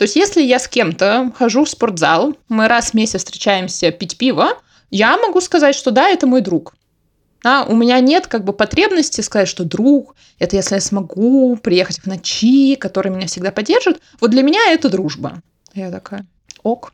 То есть, если я с кем-то хожу в спортзал, мы раз в месяц встречаемся пить пиво, я могу сказать, что да, это мой друг. Да, у меня нет потребности сказать, что друг, это если я смогу приехать в ночи, который меня всегда поддержит. Вот для меня это дружба. Я такая, ок.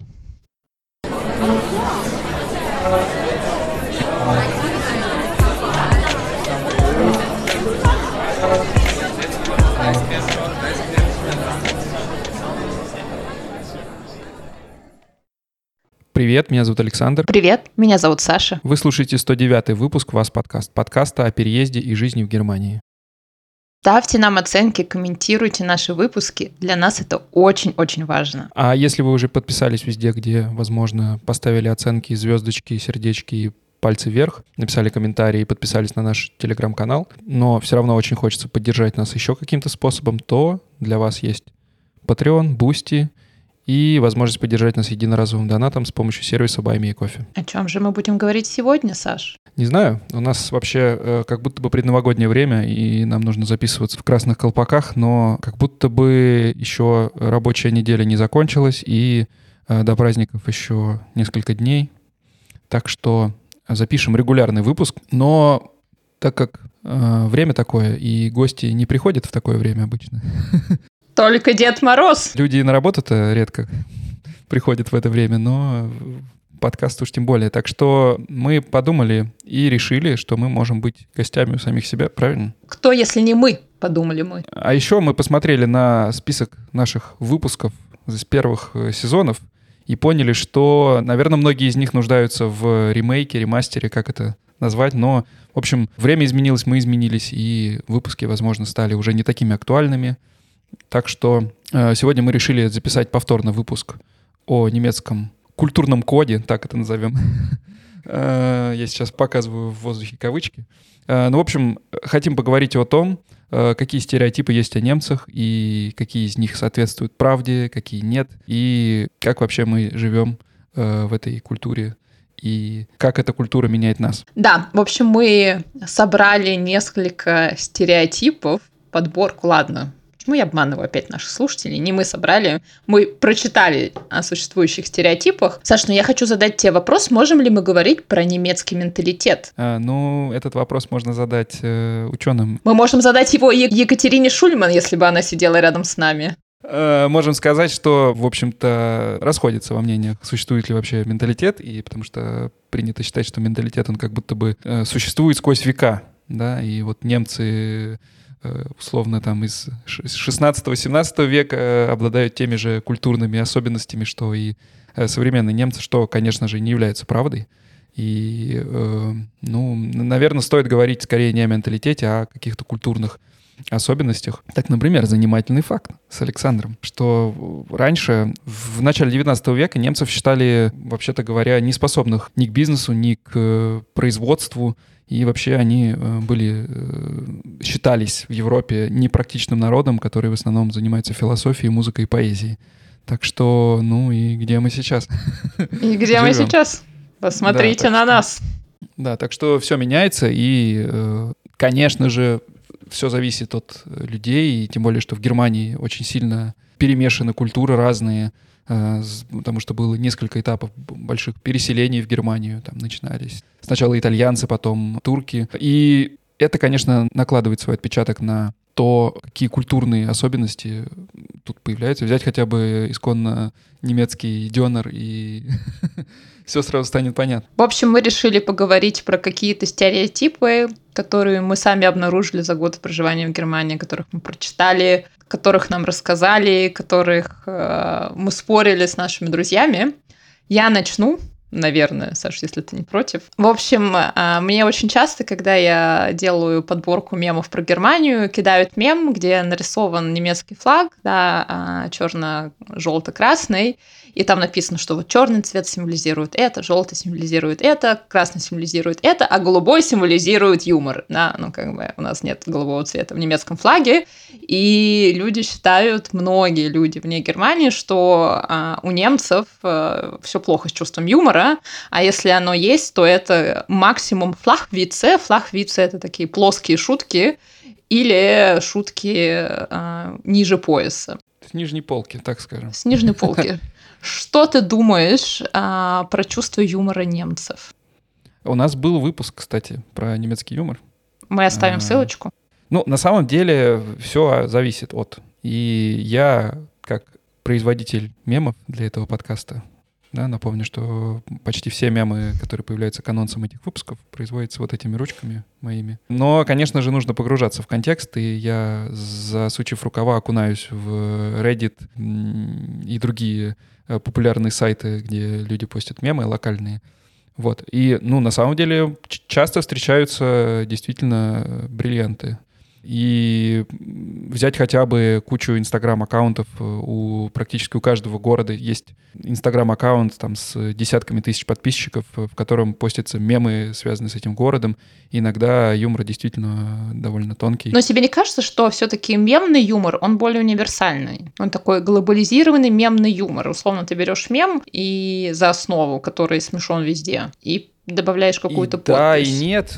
Привет, меня зовут Александр. Привет, меня зовут Саша. Вы слушаете 109-й выпуск «Вас подкаст», подкаста о переезде и жизни в Германии. Ставьте нам оценки, комментируйте наши выпуски. Для нас это очень-очень важно. А если вы уже подписались везде, где, возможно, поставили оценки, звездочки, сердечки и пальцы вверх, написали комментарии и подписались на наш телеграм-канал, но все равно очень хочется поддержать нас еще каким-то способом, то для вас есть Patreon, Boosty и возможность поддержать нас единоразовым донатом с помощью сервиса Buy Me a Coffee. О чем же мы будем говорить сегодня, Саш? Не знаю, у нас вообще как будто бы предновогоднее время, и нам нужно записываться в красных колпаках, но как будто бы еще рабочая неделя не закончилась, и до праздников еще несколько дней. Так что запишем регулярный выпуск, но так как время такое, и гости не приходят в такое время обычно. Только Дед Мороз. Люди на работу-то редко приходят в это время, но подкаст уж тем более. Так что мы подумали и решили, что мы можем быть гостями у самих себя, правильно? Кто, если не мы, подумали мы. А еще мы посмотрели на список наших выпусков с первых сезонов и поняли, что, наверное, многие из них нуждаются в ремейке, ремастере, как это назвать, но, в общем, время изменилось, мы изменились, и выпуски, возможно, стали уже не такими актуальными. Так что сегодня мы решили записать повторно выпуск о немецком культурном коде, так это назовем. Я сейчас показываю в воздухе кавычки. Ну, в общем, хотим поговорить о том, какие стереотипы есть о немцах, и какие из них соответствуют правде, какие нет, и как вообще мы живем в этой культуре, и как эта культура меняет нас. Да, в общем, мы собрали несколько стереотипов, подборку, ладно. Почему я обманываю опять наших слушателей? Не мы собрали, мы прочитали о существующих стереотипах. Саш, я хочу задать тебе вопрос, можем ли мы говорить про немецкий менталитет? Этот вопрос можно задать ученым. Мы можем задать его Екатерине Шульман, если бы она сидела рядом с нами. Можем сказать, что, в общем-то, расходятся во мнениях, существует ли вообще менталитет, и потому что принято считать, что менталитет, он как будто бы существует сквозь века, да, и вот немцы условно там из 16-17 века обладают теми же культурными особенностями, что и современные немцы, что, конечно же, не является правдой. И, наверное, стоит говорить скорее не о менталитете, а о каких-то культурных особенностях. Так, например, занимательный факт с Александром, что раньше, в начале 19 века, немцев считали, вообще-то говоря, неспособных ни к бизнесу, ни к производству, и вообще они считались в Европе непрактичным народом, который в основном занимается философией, музыкой и поэзией. Так что, и где мы сейчас? И где мы сейчас? Посмотрите на нас. Да, так что все меняется, и, конечно же, все зависит от людей, и тем более, что в Германии очень сильно перемешаны культуры разные, потому что было несколько этапов больших переселений в Германию, там начинались сначала итальянцы, потом турки. И это, конечно, накладывает свой отпечаток на то, какие культурные особенности тут появляются. Взять хотя бы исконно немецкий дёнер, и все сразу станет понятно. В общем, мы решили поговорить про какие-то стереотипы, которые мы сами обнаружили за год проживания в Германии, которых мы прочитали, которых нам рассказали, которых мы спорили с нашими друзьями. Я начну. Наверное, Саша, если ты не против. В общем, мне очень часто, когда я делаю подборку мемов про Германию, кидают мем, где нарисован немецкий флаг, да, черно-желто-красный, и там написано, что вот черный цвет символизирует это, желтый символизирует это, красный символизирует это, а голубой символизирует юмор. Да, у нас нет голубого цвета в немецком флаге, и люди считают, многие люди вне Германии, что у немцев все плохо с чувством юмора, а если оно есть, то это максимум флахвице. Флахвице — это такие плоские шутки или шутки ниже пояса. С нижней полки, так скажем. С нижней полки. Что ты думаешь про чувство юмора немцев? У нас был выпуск, кстати, про немецкий юмор. Мы оставим ссылочку. Ну, на самом деле, все зависит от. И я, как производитель мемов для этого подкаста, да, напомню, что почти все мемы, которые появляются к анонсам этих выпусков, производятся вот этими ручками моими. Но, конечно же, нужно погружаться в контекст, и я, засучив рукава, окунаюсь в Reddit и другие популярные сайты, где люди постят мемы локальные. Вот. И, ну, на самом деле, часто встречаются действительно бриллианты. И взять хотя бы кучу инстаграм-аккаунтов. Практически у каждого города есть инстаграм-аккаунт там, с десятками тысяч подписчиков, в котором постятся мемы, связанные с этим городом. И иногда юмор действительно довольно тонкий. Но тебе не кажется, что все-таки мемный юмор, он более универсальный? Он такой глобализированный мемный юмор. Условно, ты берешь мем и за основу, который смешон везде, и добавляешь какую-то подпись. Да и нет.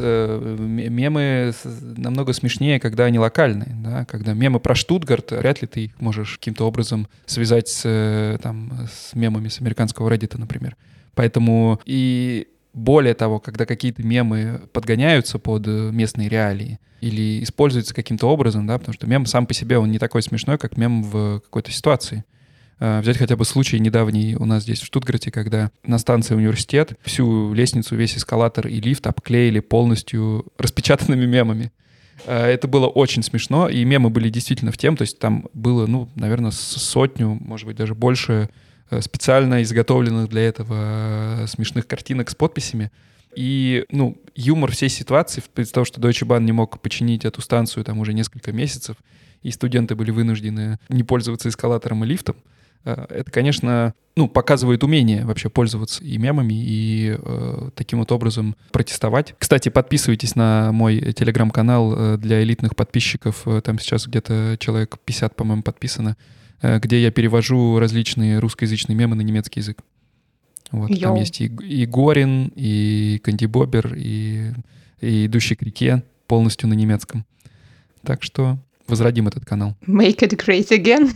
Мемы намного смешнее, когда они локальные. Да? Когда мемы про Штутгарт, вряд ли ты их можешь каким-то образом связать с мемами с американского Reddit, например. Поэтому и более того, когда какие-то мемы подгоняются под местные реалии или используются каким-то образом, да, потому что мем сам по себе, он не такой смешной, как мем в какой-то ситуации. Взять хотя бы случай недавний у нас здесь в Штутгарте, когда на станции Университет всю лестницу, весь эскалатор и лифт обклеили полностью распечатанными мемами. Это было очень смешно, и мемы были действительно в тему, то есть там было, ну, наверное, сотню, может быть, даже больше специально изготовленных для этого смешных картинок с подписями. И, ну, юмор всей ситуации, из-за того, что Deutsche Bahn не мог починить эту станцию там уже несколько месяцев, и студенты были вынуждены не пользоваться эскалатором и лифтом, это, конечно, ну, показывает умение вообще пользоваться и мемами, и таким вот образом протестовать. Кстати, подписывайтесь на мой телеграм-канал для элитных подписчиков. Там сейчас где-то человек 50, по-моему, подписано, где я перевожу различные русскоязычные мемы на немецкий язык. Вот, там есть и Горин, и Канди Бобер, и «Идущий к реке» полностью на немецком. Так что возродим этот канал. Make it great again.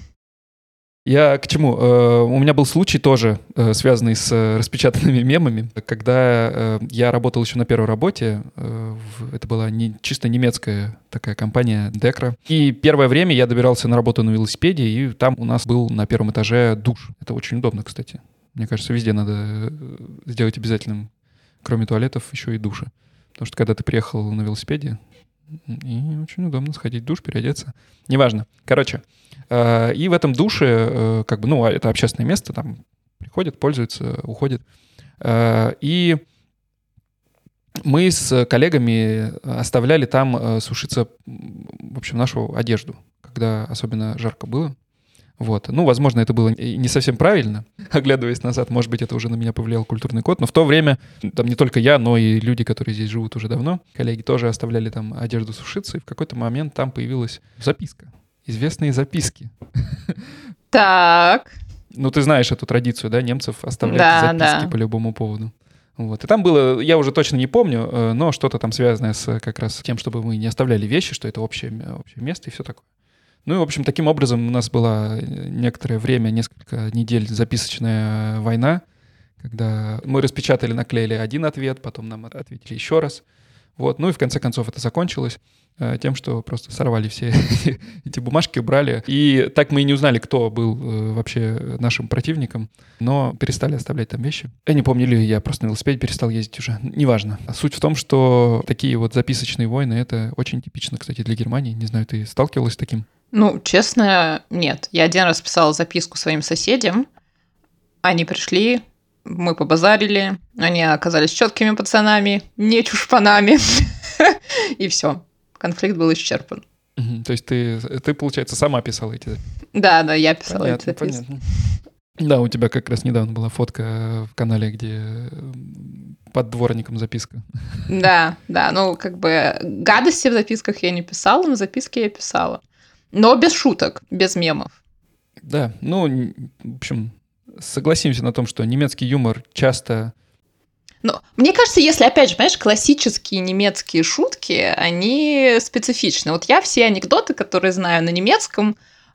Я к чему? У меня был случай тоже, связанный с распечатанными мемами, когда я работал еще на первой работе. Это была чисто немецкая такая компания Декра. И первое время я добирался на работу на велосипеде, и там у нас был на первом этаже душ. Это очень удобно, кстати. Мне кажется, везде надо сделать обязательным, кроме туалетов, еще и души. Потому что когда ты приехал на велосипеде, и очень удобно сходить в душ, переодеться. Неважно. Короче, и в этом душе, как бы, ну, это общественное место, там приходят, пользуются, уходят. И мы с коллегами оставляли там сушиться, в общем, нашу одежду, когда особенно жарко было. Вот. Ну, возможно, это было не совсем правильно, оглядываясь назад, может быть, это уже на меня повлиял культурный код, но в то время там не только я, но и люди, которые здесь живут уже давно, коллеги тоже оставляли там одежду сушиться, и в какой-то момент там появилась записка, известные записки. Так. Ну, ты знаешь эту традицию, да, немцев оставлять записки по любому поводу. Вот. И там было, я уже точно не помню, но что-то там связанное с как раз тем, чтобы мы не оставляли вещи, что это общее место и все такое. Ну и, в общем, таким образом у нас была некоторое время, несколько недель записочная война, когда мы распечатали, наклеили один ответ, потом нам ответили еще раз. Вот. Ну и в конце концов это закончилось тем, что просто сорвали все эти бумажки, убрали. И так мы и не узнали, кто был вообще нашим противником, но перестали оставлять там вещи. Я не помню, или я просто на велосипеде перестал ездить уже. Неважно. Суть в том, что такие вот записочные войны, это очень типично, кстати, для Германии. Не знаю, ты сталкивалась с таким? Ну, честно, нет. Я один раз писала записку своим соседям. Они пришли, мы побазарили. Они оказались четкими пацанами, не чушпанами. И все. Конфликт был исчерпан. То есть ты, получается, сама писала эти записки? Да, я писала эти записки. Понятно. Да, у тебя как раз недавно была фотка в канале, где под дворником записка. Да, ну как бы гадости в записках я не писала, но записки я писала. Но без шуток, без мемов. Да, ну, в общем, согласимся на том, что немецкий юмор часто... Но мне кажется, если, опять же, понимаешь, классические немецкие шутки, они специфичны. Вот я все анекдоты, которые знаю на немецком,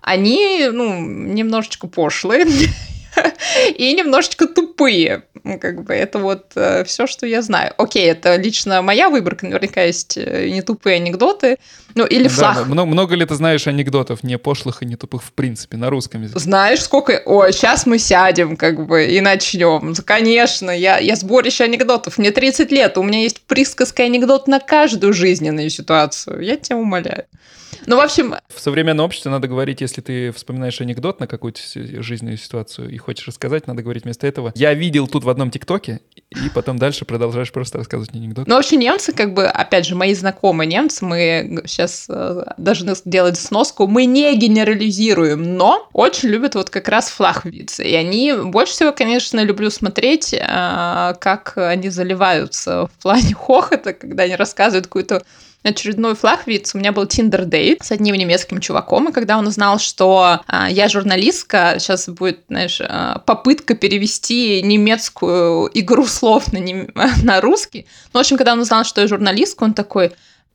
они, немножечко пошлые и немножечко тупые. Как бы это вот все, что я знаю. Окей, это лично моя выборка. Наверняка есть не тупые анекдоты. Или флаг. Да, много ли ты знаешь анекдотов не пошлых и не тупых в принципе на русском языке? Знаешь, сколько... Ой, сейчас мы сядем как бы и начнем. Конечно, я сборище анекдотов. Мне 30 лет, у меня есть присказка анекдот на каждую жизненную ситуацию. Я тебя умоляю. В общем... В современном обществе надо говорить, если ты вспоминаешь анекдот на какую-то жизненную ситуацию и хочешь рассказать, надо говорить вместо этого «я видел тут в одном ТикТоке», и потом дальше продолжаешь просто рассказывать анекдот. Вообще немцы, как бы, опять же, мои знакомые немцы, мы сейчас должны сделать сноску, мы не генерализируем, но очень любят вот как раз флахвицы. И они больше всего, конечно, люблю смотреть, как они заливаются в плане хохота, когда они рассказывают какую-то очередной флахвиц. У меня был тиндер-дейт с одним немецким чуваком, и когда он узнал, что я журналистка, сейчас будет, знаешь, попытка перевести немецкую игру слов на русский. В общем, когда он узнал, что я журналистка, он такой...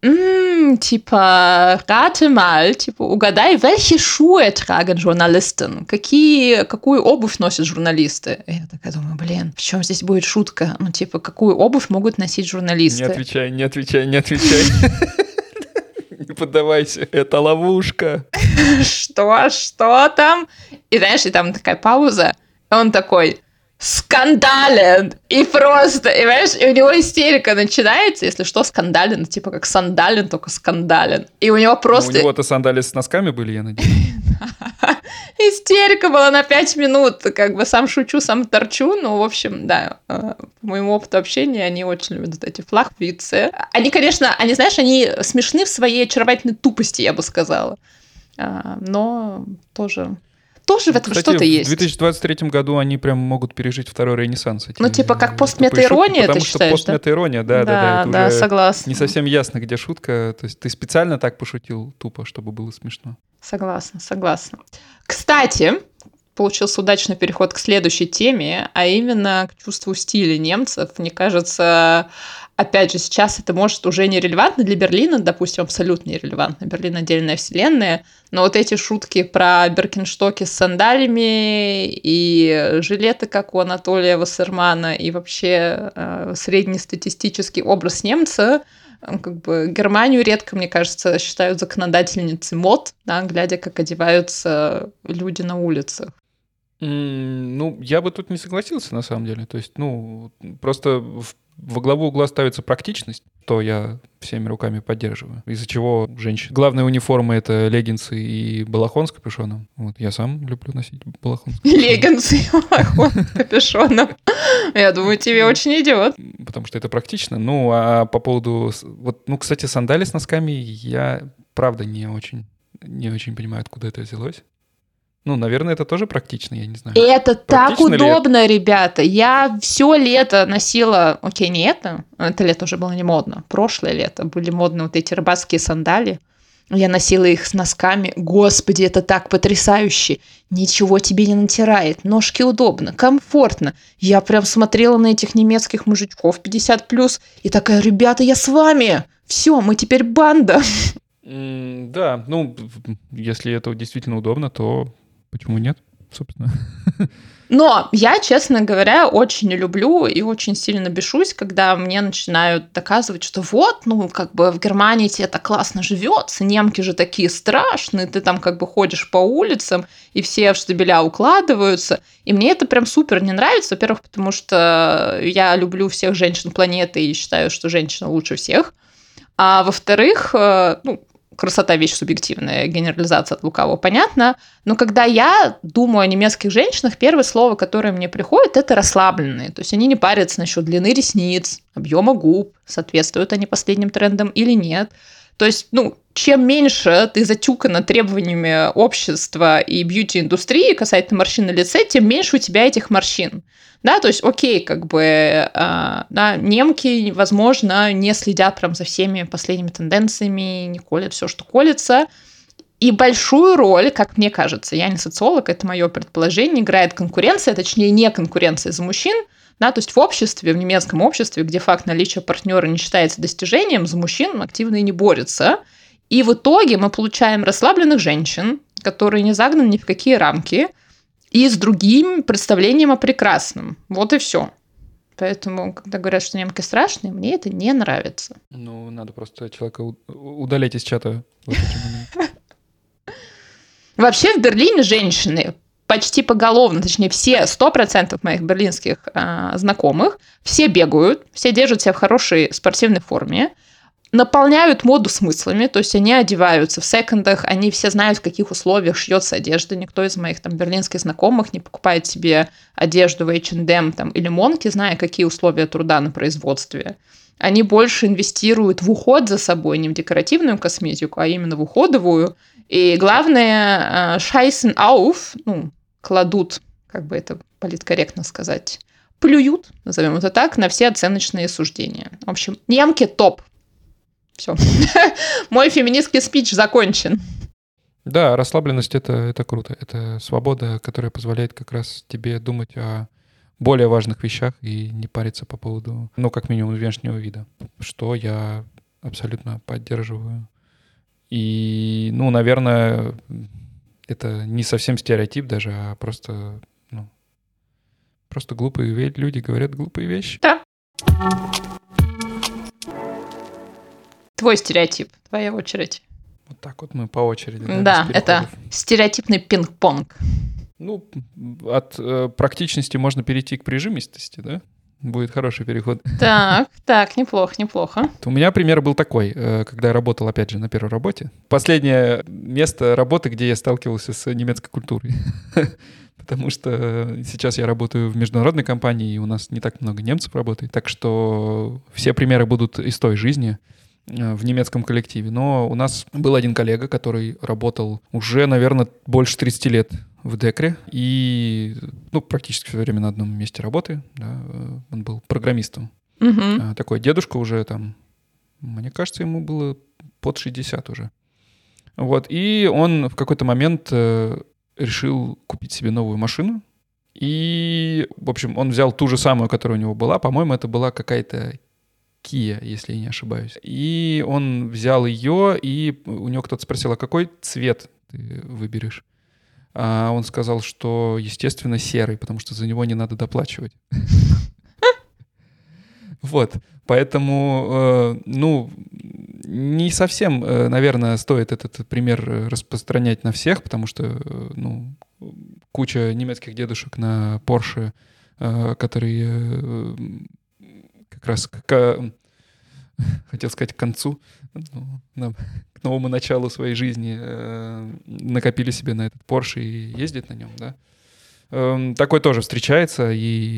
типа, rate mal, типа, угадай, welche Schuhe tragen Journalisten? Какую обувь носят журналисты? И я такая думаю, в чем здесь будет шутка? Типа, какую обувь могут носить журналисты? Не отвечай. Не поддавайся, это ловушка. Что там? И знаешь, и там такая пауза, и он такой... скандален! И просто, и, понимаешь, и у него истерика начинается, если что, скандален, типа как сандален, только скандален. И у него просто... У него-то сандали с носками были, я надеюсь. Истерика была на 5 минут, как бы сам шучу, сам торчу, в общем, да, по моему опыту общения, они очень любят эти флахвицы. Они, конечно, знаешь, они смешны в своей очаровательной тупости, я бы сказала, но тоже в этом что-то есть. В 2023 году они прям могут пережить второй ренессанс. Типа как постмета-ирония, ты считаешь, да? Постмета-ирония, да. Да, согласна. Не совсем ясно, где шутка. То есть ты специально так пошутил тупо, чтобы было смешно. Согласна. Кстати, получился удачный переход к следующей теме, а именно к чувству стиля немцев. Мне кажется... Опять же, сейчас это может уже не релевантно для Берлина, допустим, абсолютно нерелевантно. Берлин — отдельная вселенная, но вот эти шутки про Биркенстоки с сандалями и жилеты, как у Анатолия Вассермана, и вообще среднестатистический образ немца, как бы Германию редко, мне кажется, считают законодательницей мод, да, глядя, как одеваются люди на улицах. Я бы тут не согласился, на самом деле. То есть, просто во главу угла ставится практичность, то я всеми руками поддерживаю. Из-за чего женщин... Главная униформа — это леггинсы и балахон с капюшоном. Вот, я сам люблю носить балахон с капюшоном. Леггинсы и балахон с капюшоном. Я думаю, тебе очень идет. Потому что это практично. А по поводу... кстати, сандали с носками я, правда, не очень понимаю, откуда это взялось. Наверное, это тоже практично, я не знаю. Это так удобно, ребята. Я все лето носила... Окей, не это лето уже было не модно. Прошлое лето были модны вот эти рыбацкие сандали. Я носила их с носками. Господи, это так потрясающе. Ничего тебе не натирает. Ножки удобно, комфортно. Я прям смотрела на этих немецких мужичков 50+, и такая, ребята, я с вами. Все, мы теперь банда. Да, если это действительно удобно, то... Почему нет, собственно? Но я, честно говоря, очень не люблю и очень сильно бешусь, когда мне начинают доказывать, что вот, как бы в Германии тебе так классно живется, немки же такие страшные, ты там как бы ходишь по улицам, и все в штабеля укладываются. И мне это прям супер не нравится, во-первых, потому что я люблю всех женщин планеты и считаю, что женщина лучше всех. А во-вторых, красота — вещь субъективная, генерализация от лукавого, понятно. Но когда я думаю о немецких женщинах, первое слово, которое мне приходит, это расслабленные. То есть они не парятся насчет длины ресниц, объема губ, соответствуют они последним трендам или нет. То есть, чем меньше ты затюкана требованиями общества и бьюти-индустрии касательно морщин на лице, тем меньше у тебя этих морщин. Да, то есть, окей, как бы, немки, возможно, не следят прям за всеми последними тенденциями, не колят все, что колется. И большую роль, как мне кажется, я не социолог, это мое предположение, играет конкуренция, точнее, не конкуренция за мужчин, да, то есть в обществе, в немецком обществе, где факт наличия партнера не считается достижением, за мужчин активно и не борется. И в итоге мы получаем расслабленных женщин, который не загнан ни в какие рамки и с другим представлением о прекрасном. Вот и все. Поэтому, когда говорят, что немки страшные, мне это не нравится. Ну, надо просто человека удалять из чата. в этот же момент. Вообще в Берлине женщины почти поголовно, точнее все 100% моих берлинских знакомых, все бегают, все держат себя в хорошей спортивной форме, наполняют моду смыслами, то есть они одеваются в секондах, они все знают, в каких условиях шьется одежда. Никто из моих там берлинских знакомых не покупает себе одежду в H&M там, или Монки, зная, какие условия труда на производстве. Они больше инвестируют в уход за собой, не в декоративную косметику, а именно в уходовую. И главное, scheißen auf, кладут, как бы это политкорректно сказать, плюют, назовем это так, на все оценочные суждения. В общем, немки топ. Все. Мой феминистский спич закончен. Да, расслабленность — это круто. Это свобода, которая позволяет как раз тебе думать о более важных вещах и не париться по поводу, как минимум, внешнего вида, что я абсолютно поддерживаю. И, наверное, это не совсем стереотип даже, а просто глупые люди говорят глупые вещи. Да. Твой стереотип, твоя очередь. Вот так вот мы по очереди. Да, это стереотипный пинг-понг. От практичности можно перейти к прижимистости, да? Будет хороший переход. Так, неплохо. У меня пример был такой, когда я работал, опять же, на первой работе. Последнее место работы, где я сталкивался с немецкой культурой. Потому что сейчас я работаю в международной компании, и у нас не так много немцев работает. Так что все примеры будут из той жизни в немецком коллективе. Но у нас был один коллега, который работал уже, наверное, больше 30 лет в Декре. И практически все время на одном месте работы. Да, он был программистом. Угу. Такой дедушка уже там, мне кажется, ему было под 60 уже. Вот. И он в какой-то момент решил купить себе новую машину. И, в общем, он взял ту же самую, которая у него была. По-моему, это была какая-то Kia, если я не ошибаюсь. И он взял ее, и у него кто-то спросил, а какой цвет ты выберешь? А он сказал, что, естественно, серый, потому что за него не надо доплачивать. Вот. Поэтому, не совсем, наверное, стоит этот пример распространять на всех, потому что, куча немецких дедушек на Porsche, которые как раз хотел сказать, к концу, к новому началу своей жизни накопили себе на этот Porsche и ездят на нем, да. Такой тоже встречается,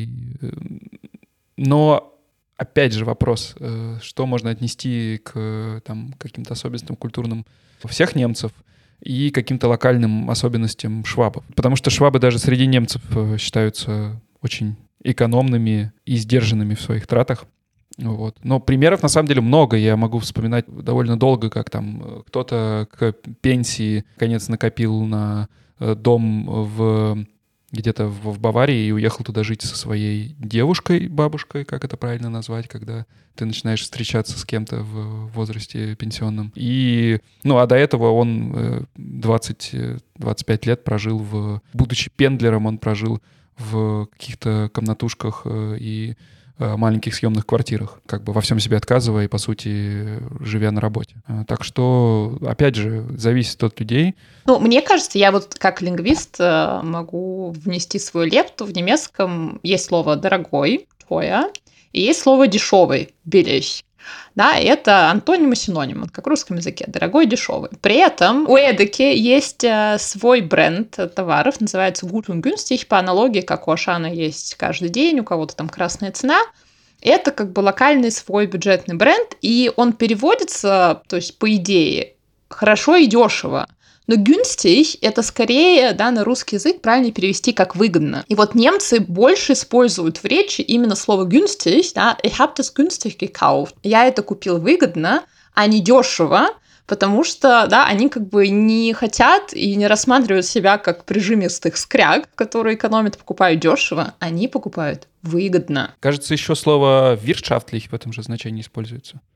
но опять же вопрос, что можно отнести к каким-то особенностям культурным всех немцев и каким-то локальным особенностям швабов. Потому что швабы даже среди немцев считаются очень экономными и сдержанными в своих тратах. Вот. Но примеров на самом деле много. Я могу вспоминать довольно долго, как там кто-то к пенсии конец накопил на дом где-то в Баварии и уехал туда жить со своей девушкой, бабушкой, как это правильно назвать, когда ты начинаешь встречаться с кем-то в возрасте пенсионном. И, а до этого он 20-25 лет прожил будучи пендлером, он прожил в каких-то комнатушках и маленьких съемных квартирах, как бы во всем себе отказывая и, по сути, живя на работе. Так что, опять же, зависит от людей. Мне кажется, я вот как лингвист могу внести свою лепту. В немецком есть слово «дорогой», «teuer», и есть слово «дешевый», «billig». Да, это антоним и синоним, как в русском языке, дорогой, дешевый. При этом у Эдеки есть свой бренд товаров, называется Gut und günstig, по аналогии, как у Ашана есть каждый день, у кого-то там красная цена. Это как бы локальный свой бюджетный бренд, и он переводится, то есть по идее, хорошо и дешево. Но günstig — это скорее, на русский язык правильно перевести как выгодно. И вот немцы больше используют в речи именно слово günstig, ich habe das günstig gekauft. Я это купил выгодно, а не дешево, потому что, они как бы не хотят и не рассматривают себя как прижимистых скряг, которые экономят, покупают дешево, они покупают выгодно. Кажется, еще слово wirtschaftlich в этом же значении используется.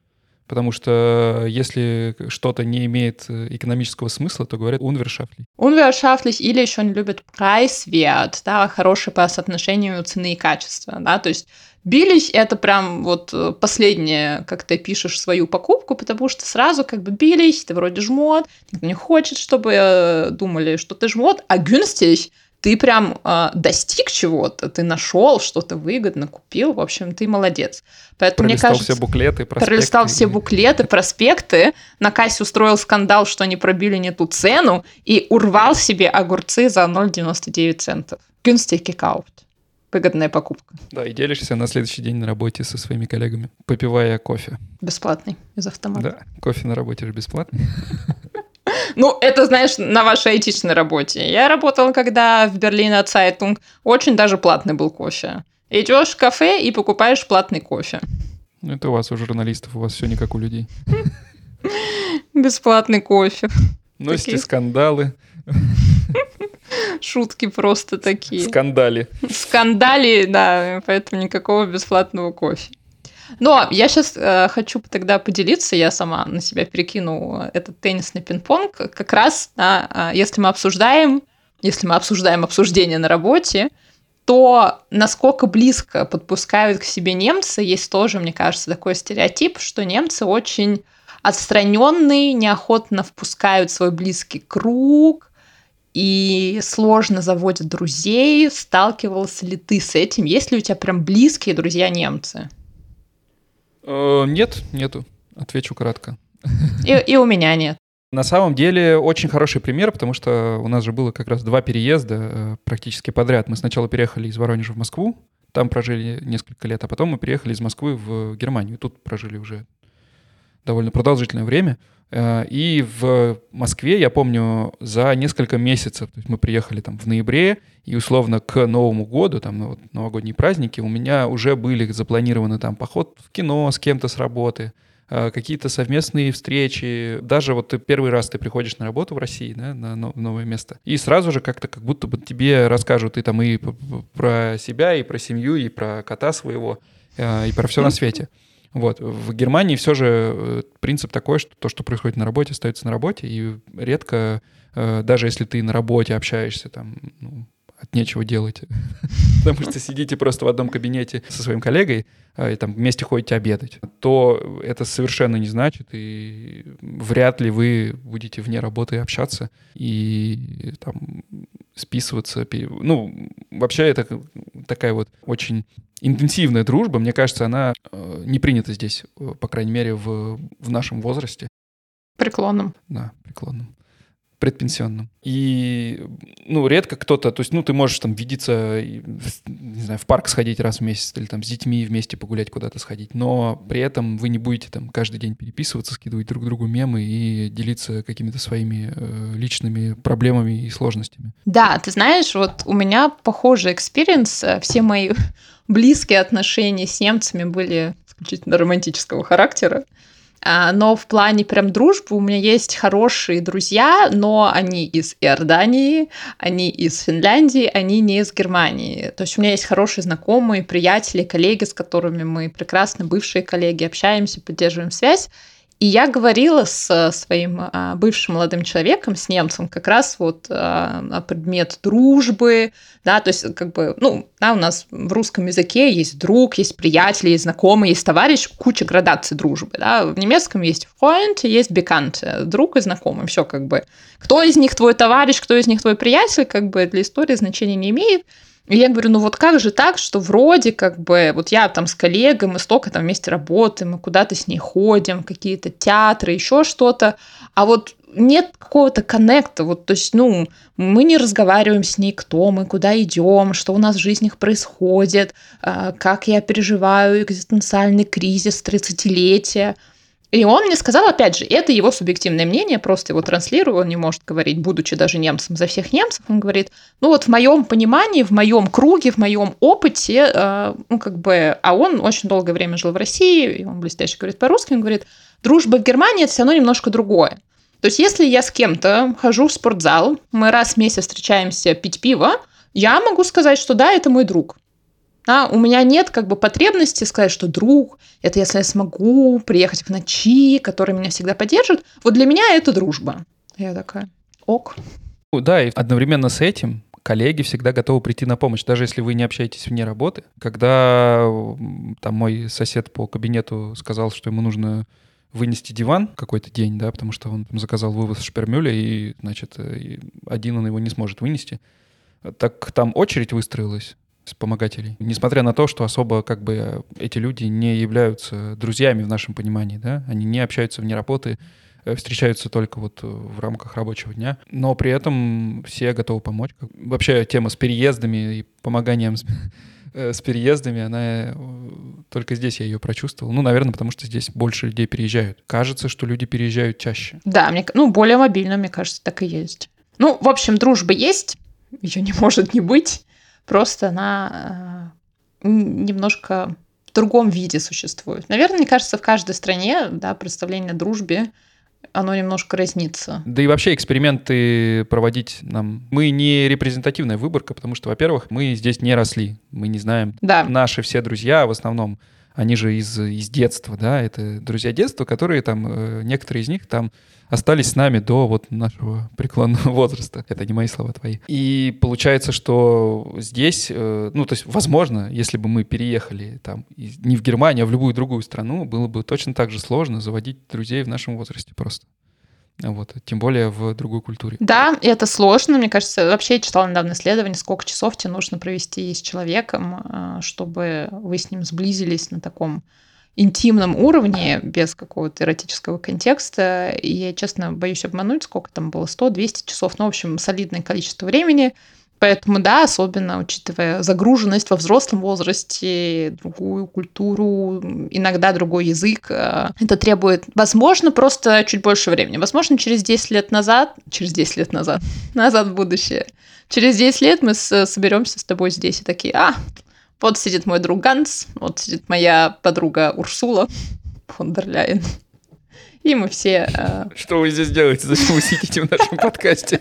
Потому что если что-то не имеет экономического смысла, то говорят unwirtschaftlich. Unwirtschaftlich или еще они любят preiswert, да, хороший по соотношению цены и качества, да, то есть billig — это прям вот последнее, как ты пишешь свою покупку, потому что сразу как бы billig, ты вроде жмот, никто не хочет, чтобы думали, что ты жмот, а günstig — ты прям достиг чего-то, ты нашел что-то выгодно, купил, в общем, ты молодец. Поэтому, мне кажется, все буклеты, проспекты. Пролистал все буклеты, проспекты, на кассе устроил скандал, что они пробили не ту цену, и урвал себе огурцы за 0,99 центов. Günstig gekauft. Выгодная покупка. Да, и делишься на следующий день на работе со своими коллегами, попивая кофе. Бесплатный из автомата. Да, кофе на работе же бесплатный. Ну, это, знаешь, на вашей айтичной работе. Я работала, когда в Berliner Zeitung очень даже платный был кофе. Идешь в кафе и покупаешь платный кофе. Это у вас, у журналистов, у вас все не как у людей. Бесплатный кофе. Носите скандалы. Шутки просто такие. Скандали, да, поэтому никакого бесплатного кофе. Но я сейчас хочу тогда поделиться, я сама на себя перекину этот теннисный пинг-понг, как раз, если мы обсуждаем обсуждение на работе, то насколько близко подпускают к себе немцы, есть тоже, мне кажется, такой стереотип, что немцы очень отстраненные, неохотно впускают свой близкий круг и сложно заводят друзей. Сталкивался ли ты с этим? Есть ли у тебя прям близкие друзья немцы? Нету. Отвечу кратко. И у меня нет. На самом деле очень хороший пример, потому что у нас же было как раз 2 переезда практически подряд. Мы сначала переехали из Воронежа в Москву, там прожили несколько лет, а потом мы переехали из Москвы в Германию. Тут прожили уже довольно продолжительное время. И в Москве, я помню, за несколько месяцев, то есть мы приехали там в ноябре, и условно к Новому году, там новогодние праздники, у меня уже были запланированы там поход в кино с кем-то с работы, какие-то совместные встречи. Даже вот ты первый раз ты приходишь на работу в России, да, на новое место, и сразу же как-то как будто бы тебе расскажут и там и про себя, и про семью, и про кота своего, и про все на свете. Вот. В Германии все же принцип такой, что то, что происходит на работе, остается на работе, и редко, даже если ты на работе общаешься, там, от нечего делать, потому что сидите просто в одном кабинете со своим коллегой и там вместе ходите обедать, то это совершенно не значит, и вряд ли вы будете вне работы общаться и там списываться. Ну, вообще это такая вот очень интенсивная дружба, мне кажется, она не принята здесь, по крайней мере, в нашем возрасте. Преклонном. Да, преклонном. Предпенсионном. И, редко кто-то, то есть, ты можешь там видеться, не знаю, в парк сходить раз в месяц или там с детьми вместе погулять куда-то сходить, но при этом вы не будете там каждый день переписываться, скидывать друг другу мемы и делиться какими-то своими личными проблемами и сложностями. Да, ты знаешь, вот у меня похожий экспириенс, все мои близкие отношения с немцами были исключительно романтического характера. Но в плане прям дружбы у меня есть хорошие друзья, но они из Иордании, они из Финляндии, они не из Германии. То есть у меня есть хорошие знакомые, приятели, коллеги, с которыми мы прекрасно, бывшие коллеги, общаемся, поддерживаем связь. И я говорила с своим бывшим молодым человеком, с немцем, как раз вот о предмет дружбы, да, то есть как бы, у нас в русском языке есть друг, есть приятель, есть знакомый, есть товарищ, куча градаций дружбы, да, в немецком есть Freund, есть Bekannte, друг и знакомый, все как бы. Кто из них твой товарищ, кто из них твой приятель, как бы для истории значения не имеет. И я говорю, вот как же так, что вроде как бы, вот я там с коллегой, мы столько там вместе работаем, мы куда-то с ней ходим, какие-то театры, еще что-то, а вот нет какого-то коннекта, вот, то есть, мы не разговариваем с ней, кто мы, куда идем, что у нас в жизнях происходит, как я переживаю экзистенциальный кризис 30-летия. И он мне сказал, опять же, это его субъективное мнение, просто его транслирую, он не может говорить, будучи даже немцем, за всех немцев, он говорит, в моем понимании, в моем круге, в моем опыте, а он очень долгое время жил в России, и он блестяще говорит по-русски, он говорит, дружба в Германии – это все равно немножко другое. То есть если я с кем-то хожу в спортзал, мы раз в месяц встречаемся пить пиво, я могу сказать, что да, это мой друг. У меня нет как бы потребности сказать, что друг, это если я смогу приехать в ночи, который меня всегда поддержит. Вот для меня это дружба. Я такая, ок. Да, и одновременно с этим коллеги всегда готовы прийти на помощь, даже если вы не общаетесь вне работы. Когда там мой сосед по кабинету сказал, что ему нужно вынести диван какой-то день, да, потому что он там заказал вывоз шпермюля, и, значит, один он его не сможет вынести, так там очередь выстроилась вспомогателей. Несмотря на то, что особо как бы эти люди не являются друзьями в нашем понимании, да, они не общаются вне работы, встречаются только вот в рамках рабочего дня, но при этом все готовы помочь. Вообще тема с переездами и помоганием с переездами, она только здесь я ее прочувствовал. Наверное, потому что здесь больше людей переезжают. Кажется, что люди переезжают чаще. Да, более мобильно, мне кажется, так и есть. В общем, дружба есть, ее не может не быть. Просто она немножко в другом виде существует. Наверное, мне кажется, в каждой стране, да, представление о дружбе, оно немножко разнится. Да и вообще эксперименты проводить нам... Мы не репрезентативная выборка, потому что, во-первых, мы здесь не росли, мы не знаем. Да. Наши все друзья в основном, они же из детства, да, это друзья детства, которые там, некоторые из них там остались с нами до вот нашего преклонного возраста. Это не мои слова, твои. И получается, что здесь, то есть, возможно, если бы мы переехали там не в Германию, а в любую другую страну, было бы точно так же сложно заводить друзей в нашем возрасте просто. Вот, тем более в другой культуре. Да, и это сложно, мне кажется. Вообще я читала недавно исследование, сколько часов тебе нужно провести с человеком, чтобы вы с ним сблизились на таком интимном уровне, без какого-то эротического контекста. И я, честно, боюсь обмануть, сколько там было, 100-200 часов. В общем, солидное количество времени. Поэтому, да, особенно учитывая загруженность во взрослом возрасте, другую культуру, иногда другой язык, это требует, возможно, просто чуть больше времени. Возможно, через 10 лет назад, назад в будущее, через 10 лет мы соберемся с тобой здесь и такие, вот сидит мой друг Ганс, вот сидит моя подруга Урсула фон дер Ляйен. И мы все... Что вы здесь делаете? Зачем вы сидите в нашем подкасте?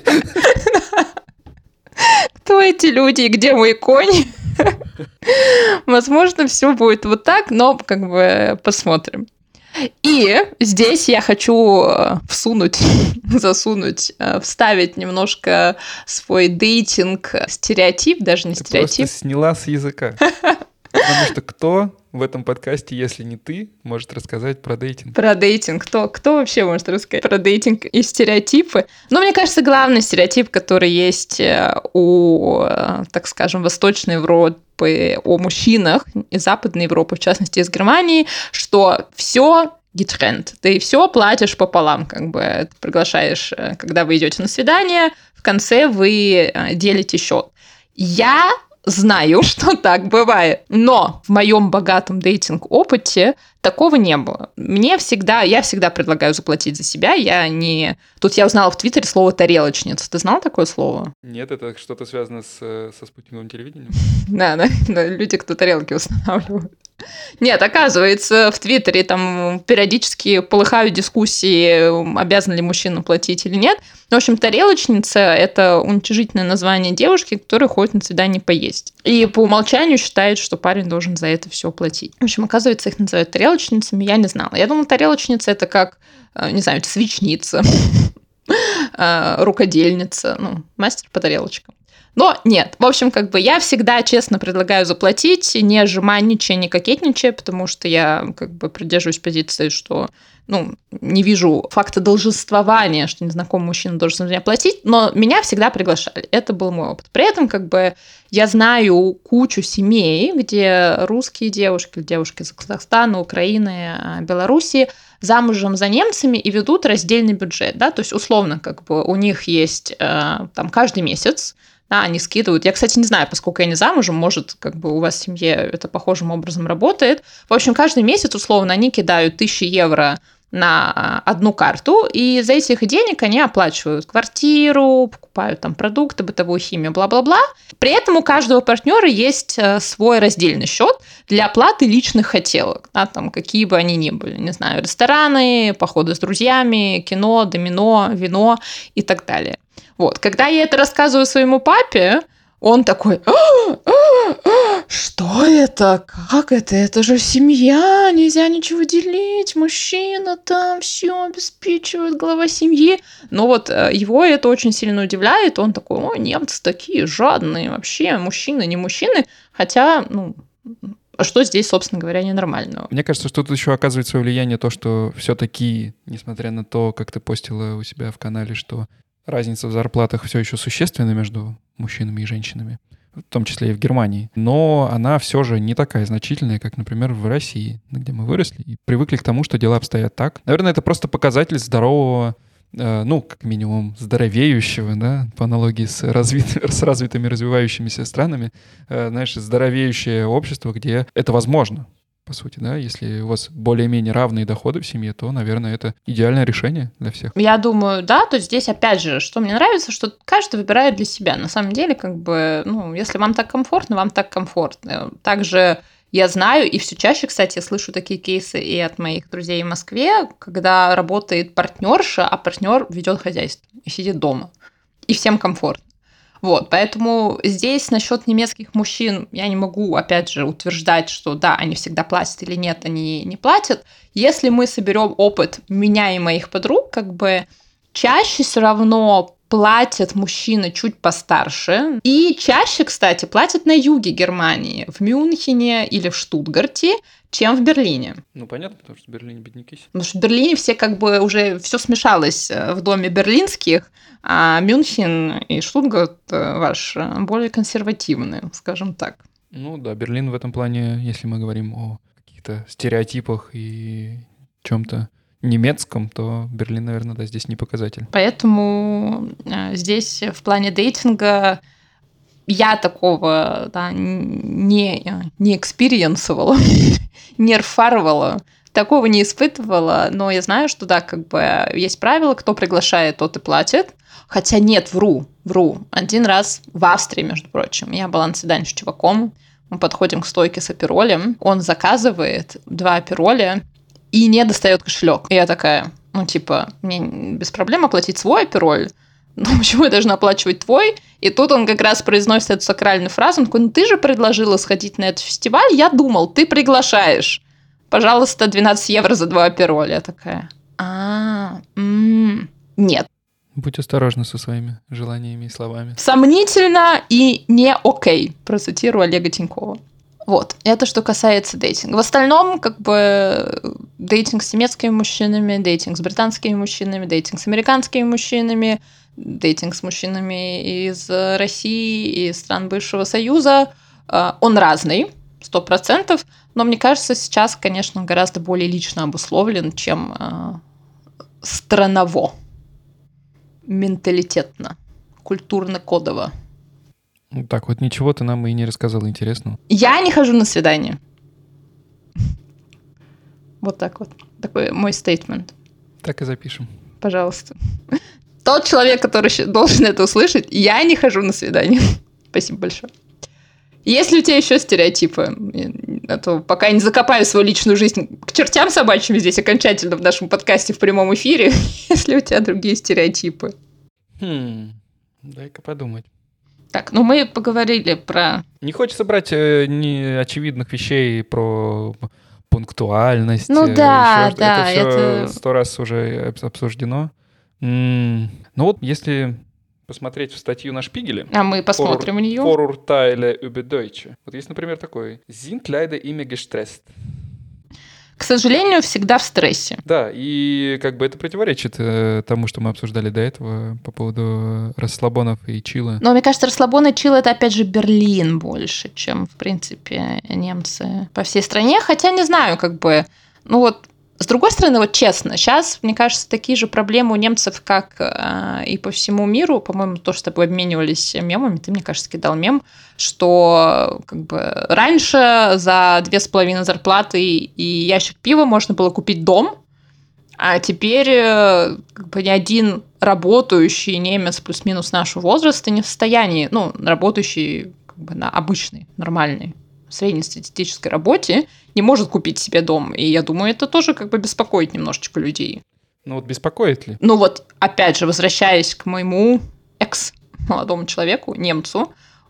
Кто эти люди и где мой конь? Возможно, все будет вот так, но как бы посмотрим. И здесь я хочу вставить немножко свой дейтинг-стереотип, даже не стереотип. Просто сняла с языка. Потому что кто в этом подкасте, если не ты, может рассказать про дейтинг? Про дейтинг. Кто вообще может рассказать про дейтинг и стереотипы? Мне кажется, главный стереотип, который есть у, так скажем, Восточной Европы, о мужчинах из Западной Европы, в частности, из Германии, что все гетренд. Ты все платишь пополам, как бы ты приглашаешь, когда вы идете на свидание, в конце вы делите счет. Я знаю, что так бывает, но в моем богатом дейтинг-опыте такого не было. Я всегда предлагаю заплатить за себя. Тут я узнала в Твиттере слово «тарелочница». Ты знал такое слово? Нет, это что-то связано со спутниковым телевидением? Да, люди, кто тарелки устанавливают. Нет, оказывается, в Твиттере там периодически полыхают дискуссии, обязан ли мужчина платить или нет. В общем, тарелочница – это уничижительное название девушки, которая ходит на свидание поесть. И по умолчанию считает, что парень должен за это все платить. В общем, оказывается, их называют тарелочницами, я не знала. Я думала, тарелочница – это как, не знаю, свечница, рукодельница, мастер по тарелочкам. Но нет. В общем, как бы я всегда честно предлагаю заплатить, не жеманничая, не кокетничая, потому что я как бы придерживаюсь позиции, что не вижу факта долженствования, что незнакомый мужчина должен за меня платить, но меня всегда приглашали. Это был мой опыт. При этом как бы я знаю кучу семей, где русские девушки из Казахстана, Украины, Белоруссии замужем за немцами и ведут раздельный бюджет. Да? То есть, условно, как бы у них есть там каждый месяц, они скидывают. Я, кстати, не знаю, поскольку я не замужем, может, как бы у вас в семье это похожим образом работает. В общем, каждый месяц, условно, они кидают 1000 евро на одну карту, и за этих денег они оплачивают квартиру, покупают там продукты, бытовую химию, бла-бла-бла. При этом у каждого партнера есть свой раздельный счет для оплаты личных хотелок, там, какие бы они ни были. Не знаю, рестораны, походы с друзьями, кино, домино, вино и так далее. Вот. Когда я это рассказываю своему папе, он такой: что это? Как это? Это же семья, нельзя ничего делить, мужчина там все обеспечивает, глава семьи. Но вот его это очень сильно удивляет, он такой, о, немцы такие жадные, вообще мужчины, не мужчины, хотя, ну, что здесь, собственно говоря, ненормального? Мне кажется, что тут еще оказывает свое влияние то, что все-таки, несмотря на то, как ты постила у себя в канале, что разница в зарплатах все еще существенна между мужчинами и женщинами, в том числе и в Германии, но она все же не такая значительная, как, например, в России, где мы выросли и привыкли к тому, что дела обстоят так. Наверное, это просто показатель здорового, ну, как минимум, здоровеющего, да, по аналогии с развитыми, развивающимися странами, знаешь, здоровеющее общество, где это возможно, по сути, да, если у вас более-менее равные доходы в семье, то, наверное, это идеальное решение для всех. Я думаю, да, то есть здесь, опять же, что мне нравится, что каждый выбирает для себя. На самом деле, как бы, ну, если вам так комфортно, вам так комфортно. Также я знаю, и все чаще, кстати, я слышу такие кейсы и от моих друзей в Москве, когда работает партнерша, а партнер ведет хозяйство и сидит дома. И всем комфортно. Вот, поэтому здесь насчет немецких мужчин я не могу, опять же, утверждать, что да, они всегда платят или нет, они не платят. Если мы соберем опыт меня и моих подруг, как бы чаще все равно платят мужчины чуть постарше. И чаще, кстати, платят на юге Германии, в Мюнхене или в Штутгарте, чем в Берлине. Ну, понятно, потому что в Берлине бедняки. Потому что в Берлине все как бы уже все смешалось в доме берлинских, а Мюнхен и Штутгарт ваш более консервативные, скажем так. Ну да, Берлин в этом плане, если мы говорим о каких-то стереотипах и чем-то немецком, то Берлин, наверное, да, здесь не показатель. Поэтому здесь в плане дейтинга я такого, да, не экспириенсовала, не рфарвала, такого не испытывала, но я знаю, что да, как бы есть правило, кто приглашает, тот и платит. Хотя нет, вру. Один раз в Австрии, между прочим, я была на свидании с чуваком, мы подходим к стойке с аперолем, он заказывает 2 апероля и не достает кошелек. И я такая, ну типа, мне без проблем оплатить свой апероль, ну почему я должна оплачивать твой? И тут он как раз произносит эту сакральную фразу, он такой, ну ты же предложила сходить на этот фестиваль, я думал, ты приглашаешь. Пожалуйста, 12 евро за 2 апероля. Я такая, нет. Будь осторожна со своими желаниями и словами. Сомнительно и не окей, процитирую Олега Тинькова. Вот, это что касается дейтинга. В остальном, как бы, дейтинг с немецкими мужчинами, дейтинг с британскими мужчинами, дейтинг с американскими мужчинами, дейтинг с мужчинами из России и стран бывшего Союза, он разный, 100%, но мне кажется, сейчас, конечно, он гораздо более лично обусловлен, чем страново, менталитетно, культурно-кодово. Так вот, ничего ты нам и не рассказала интересного. Я не хожу на свидание. Вот так вот. Такой мой стейтмент. Так и запишем. Пожалуйста. Тот человек, который должен это услышать, я не хожу на свидание. Спасибо большое. Есть ли у тебя еще стереотипы? А то пока я не закопаю свою личную жизнь к чертям собачьим здесь окончательно в нашем подкасте в прямом эфире, если у тебя другие стереотипы. Дай-ка подумать. Так, ну мы поговорили про... Не хочется брать неочевидных вещей про пунктуальность. Ну да, да. Это все 100 раз уже обсуждено. Ну вот, если посмотреть в статью на Шпигеле... А мы посмотрим в нее. Vorurteile über Deutsche. Вот есть, например, такой. Sind leider immer gestresst. К сожалению, всегда в стрессе. Да, и как бы это противоречит тому, что мы обсуждали до этого по поводу расслабонов и чила. Но мне кажется, расслабон и чил — это, опять же, Берлин больше, чем, в принципе, немцы по всей стране. Хотя не знаю, как бы... Ну вот, с другой стороны, вот честно, сейчас, мне кажется, такие же проблемы у немцев, как и по всему миру. По-моему, то, что с тобой обменивались мемами, ты, мне кажется, кидал мем, что как бы раньше за 2,5 зарплаты и ящик пива можно было купить дом, а теперь как бы ни один работающий немец плюс-минус нашего возраста не в состоянии, ну, работающий как бы на обычной, нормальной, среднестатистической работе не может купить себе дом. И я думаю, это тоже как бы беспокоит немножечко людей. Ну вот беспокоит ли? Ну вот, опять же, возвращаясь к моему экс-молодому человеку, немцу,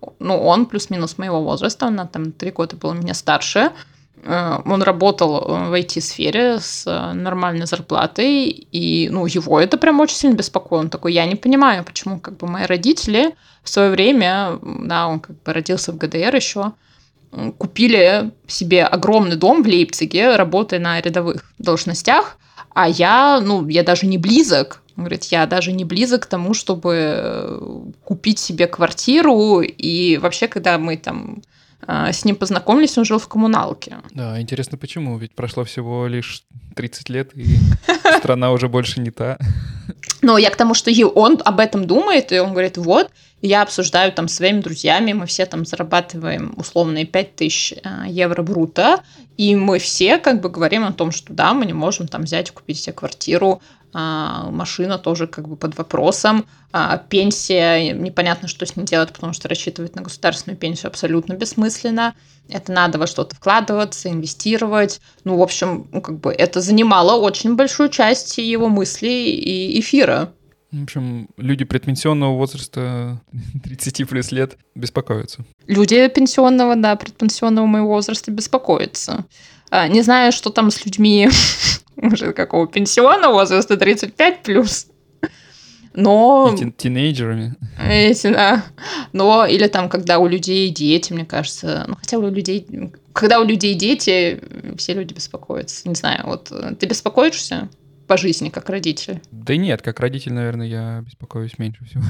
он плюс-минус моего возраста, он там 3 года был меня старше. Он работал в IT-сфере с нормальной зарплатой, и его это прям очень сильно беспокоило. Он такой, я не понимаю, почему мои родители в свое время, он родился в ГДР еще, купили себе огромный дом в Лейпциге, работая на рядовых должностях, а я даже не близок. Он говорит, я даже не близок к тому, чтобы купить себе квартиру, и вообще, когда мы там с ним познакомились, он жил в коммуналке. Да, интересно, почему? Ведь прошло всего лишь 30 лет, и страна уже больше не та. Но я к тому, что он об этом думает, и он говорит, я обсуждаю там с своими друзьями, мы все там зарабатываем условные 5000 евро бруто, и мы все говорим о том, что да, мы не можем там взять и купить себе квартиру, машина тоже под вопросом, пенсия, непонятно, что с ней делать, потому что рассчитывать на государственную пенсию абсолютно бессмысленно, это надо во что-то вкладываться, инвестировать, в общем, это занимало очень большую часть его мыслей и эфира. В общем, люди предпенсионного возраста 30 плюс лет беспокоятся. Люди пенсионного, предпенсионного моего возраста беспокоятся. Не знаю, что там с людьми уже какого пенсионного возраста 35 плюс. Но... И тинейджерами. Да. Но или там, когда у людей дети, мне кажется... хотя когда у людей дети, все люди беспокоятся. Не знаю, ты беспокоишься по жизни как родитель? Да нет, как родитель, наверное, я беспокоюсь меньше всего.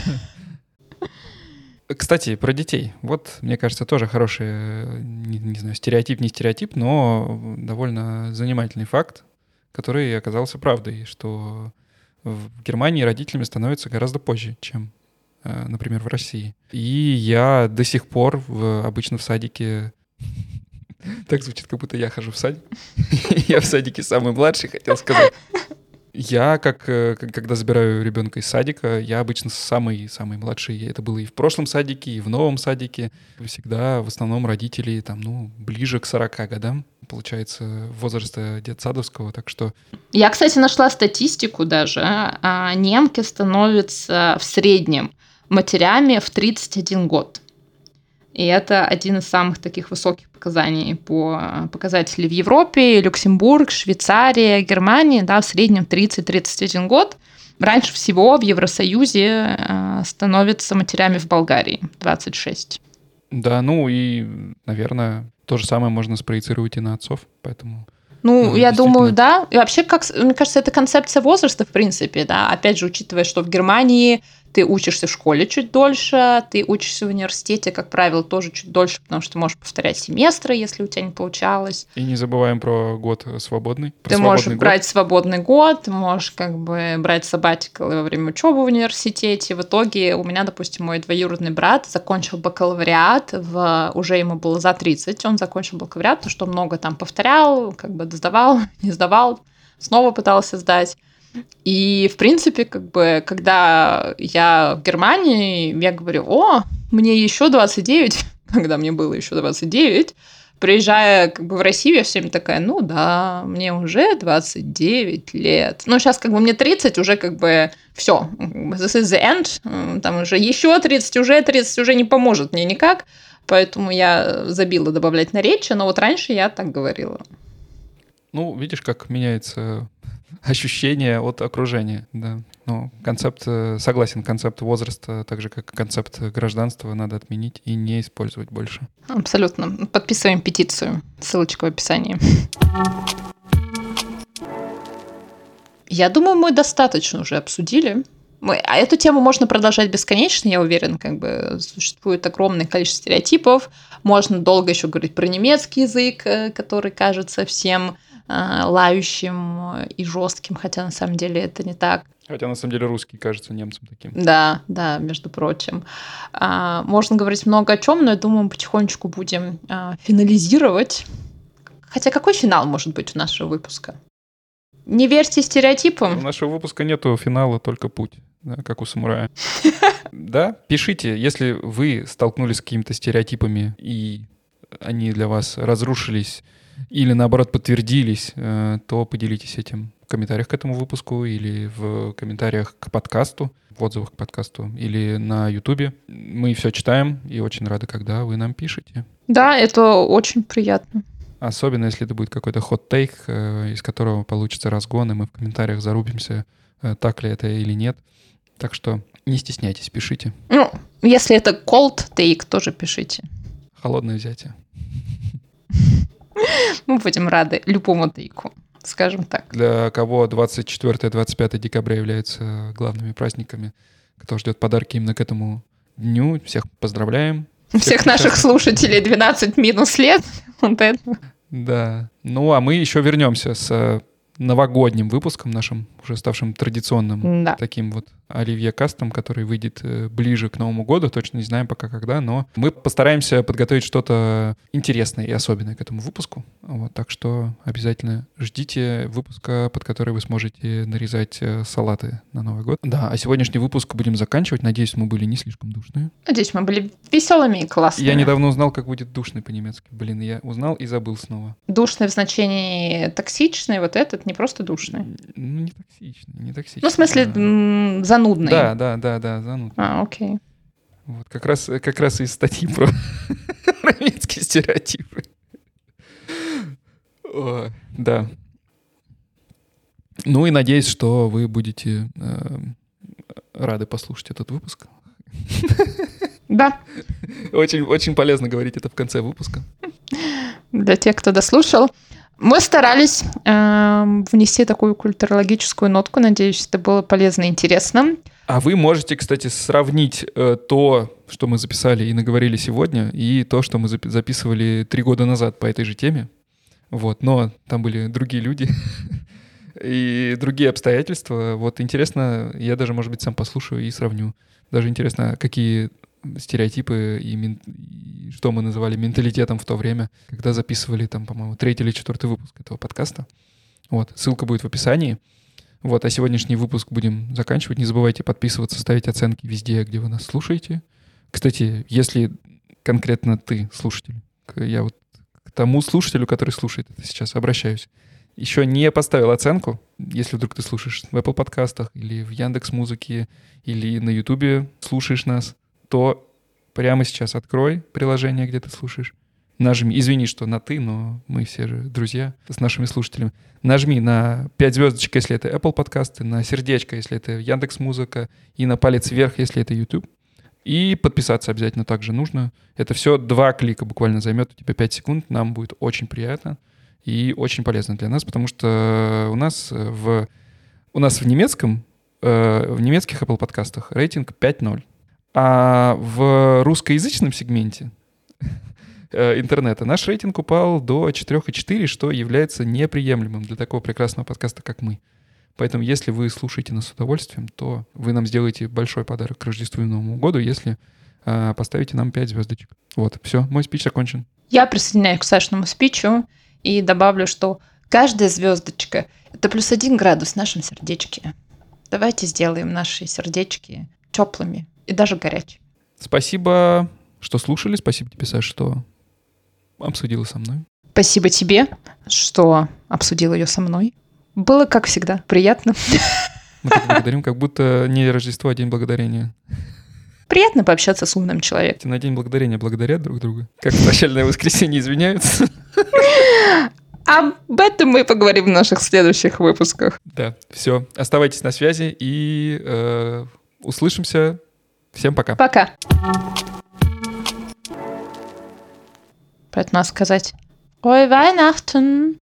Кстати, про детей. Мне кажется, тоже хороший, не знаю, стереотип, не стереотип, но довольно занимательный факт, который оказался правдой, что в Германии родителями становятся гораздо позже, чем, например, в России. И я до сих пор обычно в садике... Так звучит, как будто я хожу в садик. Я в садике самый младший, хотел сказать. Я, когда забираю ребенка из садика, я обычно самый младший. Это было и в прошлом садике, и в новом садике. Всегда в основном родители ближе к 40 годам, получается, возраста детсадовского, так что... Я, кстати, нашла статистику даже. Немки становятся в среднем матерями в 31 год. И это один из самых таких высоких показателей в Европе. Люксембург, Швейцария, Германия, в среднем 30-31 год. Раньше всего в Евросоюзе становятся матерями в Болгарии 26. Да, и, наверное, то же самое можно спроецировать и на отцов, поэтому... Я думаю, да. И вообще, мне кажется, это концепция возраста, в принципе, да. Опять же, учитывая, что в Германии ты учишься в школе чуть дольше, ты учишься в университете, как правило, тоже чуть дольше, потому что ты можешь повторять семестры, если у тебя не получалось. И не забываем про год свободный. Ты можешь брать свободный год, ты можешь брать сабатикал во время учебы в университете. В итоге у меня, допустим, мой двоюродный брат закончил бакалавриат, уже ему было за 30, он закончил бакалавриат, потому что много там повторял, сдавал, не сдавал, снова пытался сдать. И, в принципе, когда я в Германии, я говорю, мне еще 29, когда мне было еще 29, приезжая в Россию, я все время такая, мне уже 29 лет. Сейчас мне 30, уже все, this is the end, там уже еще 30, уже не поможет мне никак, поэтому я забила добавлять наречия, но раньше я так говорила. Видишь, как меняется ощущение от окружения, да. Согласен, концепт возраста, так же, как и концепт гражданства, надо отменить и не использовать больше. Абсолютно. Подписываем петицию. Ссылочка в описании. Я думаю, мы достаточно уже обсудили. А эту тему можно продолжать бесконечно, я уверена, существует огромное количество стереотипов. Можно долго еще говорить про немецкий язык, который кажется всем лающим и жестким, хотя на самом деле это не так. Хотя на самом деле русский кажется немцам таким. Да, между прочим. Можно говорить много о чем, но я думаю, мы потихонечку будем финализировать. Хотя какой финал может быть у нашего выпуска? Не верьте стереотипам. У нашего выпуска нету финала, только путь, да, как у самурая. Да, пишите, если вы столкнулись с какими-то стереотипами, и они для вас разрушились, или наоборот подтвердились, то поделитесь этим в комментариях к этому выпуску или в комментариях к подкасту, в отзывах к подкасту или на Ютубе. Мы все читаем и очень рады, когда вы нам пишете. Да, это очень приятно. Особенно, если это будет какой-то хот-тейк, из которого получится разгон, и мы в комментариях зарубимся, так ли это или нет. Так что не стесняйтесь, пишите. Ну, если это cold take, тоже пишите. Холодное взятие. Мы будем рады любому тейку, скажем так. Для кого 24-25 декабря являются главными праздниками, кто ждет подарки именно к этому дню, всех поздравляем. Всех наших слушателей 12 минус лет. Вот это. Да. Ну, а мы еще вернемся с новогодним выпуском нашим, уже ставшим традиционным, Да. таким вот Оливье Кастом, который выйдет ближе к Новому году. Точно не знаем пока когда, но мы постараемся подготовить что-то интересное и особенное к этому выпуску. Вот, так что обязательно ждите выпуска, под который вы сможете нарезать салаты на Новый год. Да, а сегодняшний выпуск будем заканчивать. Надеюсь, мы были не слишком душные. Надеюсь, мы были веселыми и классными. Я недавно узнал, как будет душный по-немецки. Блин, я узнал и забыл снова. Душный в значении токсичный, вот этот не просто душный. Ну, не токсичный, не токсичный. Ну, в смысле, занудный. Да, занудный. Окей. Вот, как раз из статьи про немецкие стереотипы. О, да. Ну и надеюсь, что вы будете рады послушать этот выпуск. Да. Очень, очень полезно говорить это в конце выпуска. Для тех, кто дослушал. Мы старались внести такую культурологическую нотку. Надеюсь, это было полезно и интересно. А вы можете, кстати, сравнить то, что мы записали и наговорили сегодня, и то, что мы записывали 3 года назад по этой же теме. Вот. Но там были другие люди и другие обстоятельства. Вот интересно, я даже, может быть, сам послушаю и сравню. Даже интересно, какие стереотипы и что мы называли менталитетом в то время, когда записывали там, по-моему, 3-й или 4-й выпуск этого подкаста. Вот, ссылка будет в описании. Вот, а сегодняшний выпуск будем заканчивать. Не забывайте подписываться, ставить оценки везде, где вы нас слушаете. Кстати, если конкретно ты слушатель, я вот к тому слушателю, который слушает это сейчас, обращаюсь. Еще не поставил оценку, если вдруг ты слушаешь в Apple подкастах или в Яндекс.Музыке или на Ютубе слушаешь нас, то прямо сейчас открой приложение, где ты слушаешь. Нажми, извини, что на «ты», но мы все же друзья с нашими слушателями. Нажми на 5 звездочек, если это Apple подкасты, на сердечко, если это Яндекс.Музыка, и на палец вверх, если это YouTube. И подписаться обязательно также нужно. Это все 2 клика буквально займет у тебя 5 секунд. Нам будет очень приятно и очень полезно для нас, потому что у нас в немецких Apple подкастах рейтинг 5.0. А в русскоязычном сегменте интернета наш рейтинг упал до 4.4, что является неприемлемым для такого прекрасного подкаста, как мы. Поэтому, если вы слушаете нас с удовольствием, то вы нам сделаете большой подарок к Рождеству и Новому году, если поставите нам 5 звездочек. Вот, все, мой спич окончен. Я присоединяюсь к Сашиному спичу и добавлю, что каждая звездочка — это +1 градус в нашем сердечке. Давайте сделаем наши сердечки теплыми и даже горячими. Спасибо, что слушали. Спасибо тебе, Саш, что обсудила со мной. Спасибо тебе, что обсудил ее со мной. Было, как всегда, приятно. Мы так благодарим, как будто не Рождество, а День Благодарения. Приятно пообщаться с умным человеком. На День Благодарения благодарят друг друга. Как в начальное воскресенье извиняются. Об этом мы поговорим в наших следующих выпусках. Да, все. Оставайтесь на связи и услышимся. Всем пока. Пока. Поэтому надо сказать: Ой, Weihnachten!